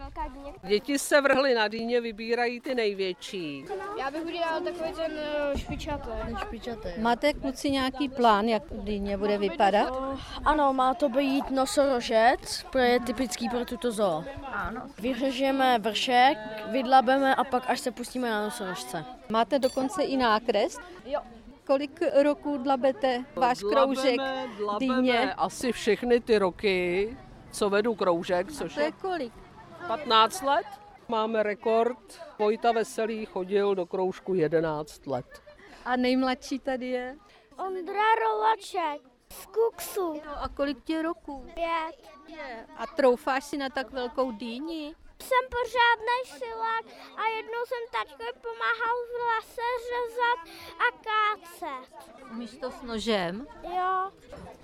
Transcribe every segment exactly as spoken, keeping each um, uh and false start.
velká dýně. Děti se vrhly na dýně, vybírají ty největší. Já bych udělal takový ten špičatý. špičatý. Máte kluci nějaký plán, jak dýně bude vypadat? Ano, má to být nosorožec, to je typický pro tuto zoo. Ano. Vyřežeme vršek, vydlabeme a pak až se pustíme na nosorožce. Máte dokonce i nákres? Jo. Kolik roků dlabete váš kroužek dlabeme, dýně? dlabeme asi všechny ty roky, co vedu kroužek, což To je je kolik? patnáct let. Máme rekord. Vojta Veselý chodil do kroužku jedenáct let. A nejmladší tady je? Ondra Rolaček z Kuksu. No a kolik tě roků? Pět. Je. A troufáš si na tak velkou dýni? Jsem pořádnej silák a jednou jsem taťkovi pomáhal v lese řezat a kácet. Umíš to s nožem? Jo.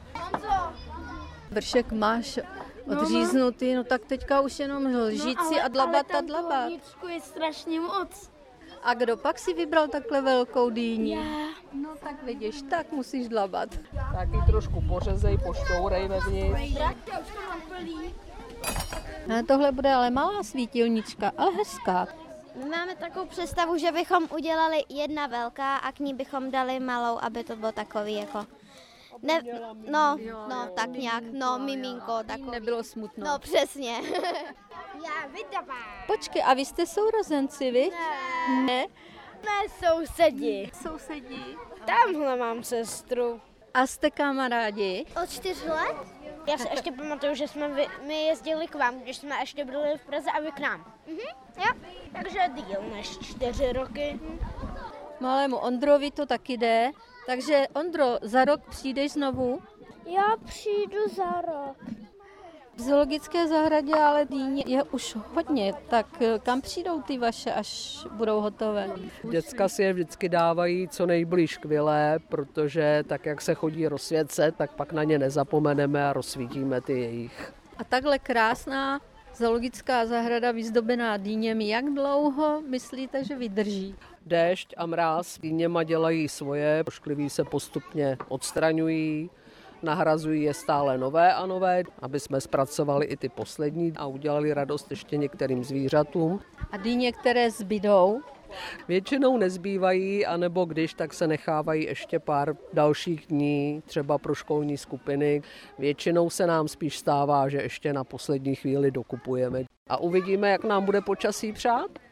Vršek máš odříznutý, no tak teďka už jenom lžít si a dlabat a dlabat. je strašně moc. A kdo pak si vybral takhle velkou dýni? Já. No tak vidíš, tak musíš dlabat. Taky trošku pořezej, poštourej vevnitř. A tohle bude ale malá svítilnička, ale hezká. My máme takovou představu, že bychom udělali jedna velká a k ní bychom dali malou, aby to bylo takový jako... Ne, no, no, tak nějak, no, miminko, takový. Nebylo smutno. No, přesně. Já vydávám. Počkej, a vy jste sourozenci, vy? Ne. Ne? Ne, sousedi. Sousedí. Tamhle mám sestru. A jste kamarádi? Od čtyř let? Já si ještě pamatuju, že jsme vy, my jezdili k vám, když jsme ještě byli v Praze a vy k nám. Mhm, jo. Takže díl než čtyři roky. Malému Ondrovi to taky jde. Takže Ondro, za rok přijdeš znovu? Já přijdu za rok. V zoologické zahradě ale dýně je už hodně, tak kam přijdou ty vaše, až budou hotové? Děcka si je vždycky dávají co nejblíž k vile, protože tak, jak se chodí rozsvěcet, tak pak na ně nezapomeneme a rozsvítíme ty jejich. A takhle krásná zoologická zahrada vyzdobená dýněmi, jak dlouho myslíte, že vydrží? Déšť a mráz dýněma dělají svoje, poškliví se postupně odstraňují, nahrazují je stále nové a nové, aby jsme zpracovali i ty poslední a udělali radost ještě některým zvířatům. A dýně, které zbydou? Většinou nezbývají, anebo když, tak se nechávají ještě pár dalších dní, třeba pro školní skupiny. Většinou se nám spíš stává, že ještě na poslední chvíli dokupujeme. A uvidíme, jak nám bude počasí přát.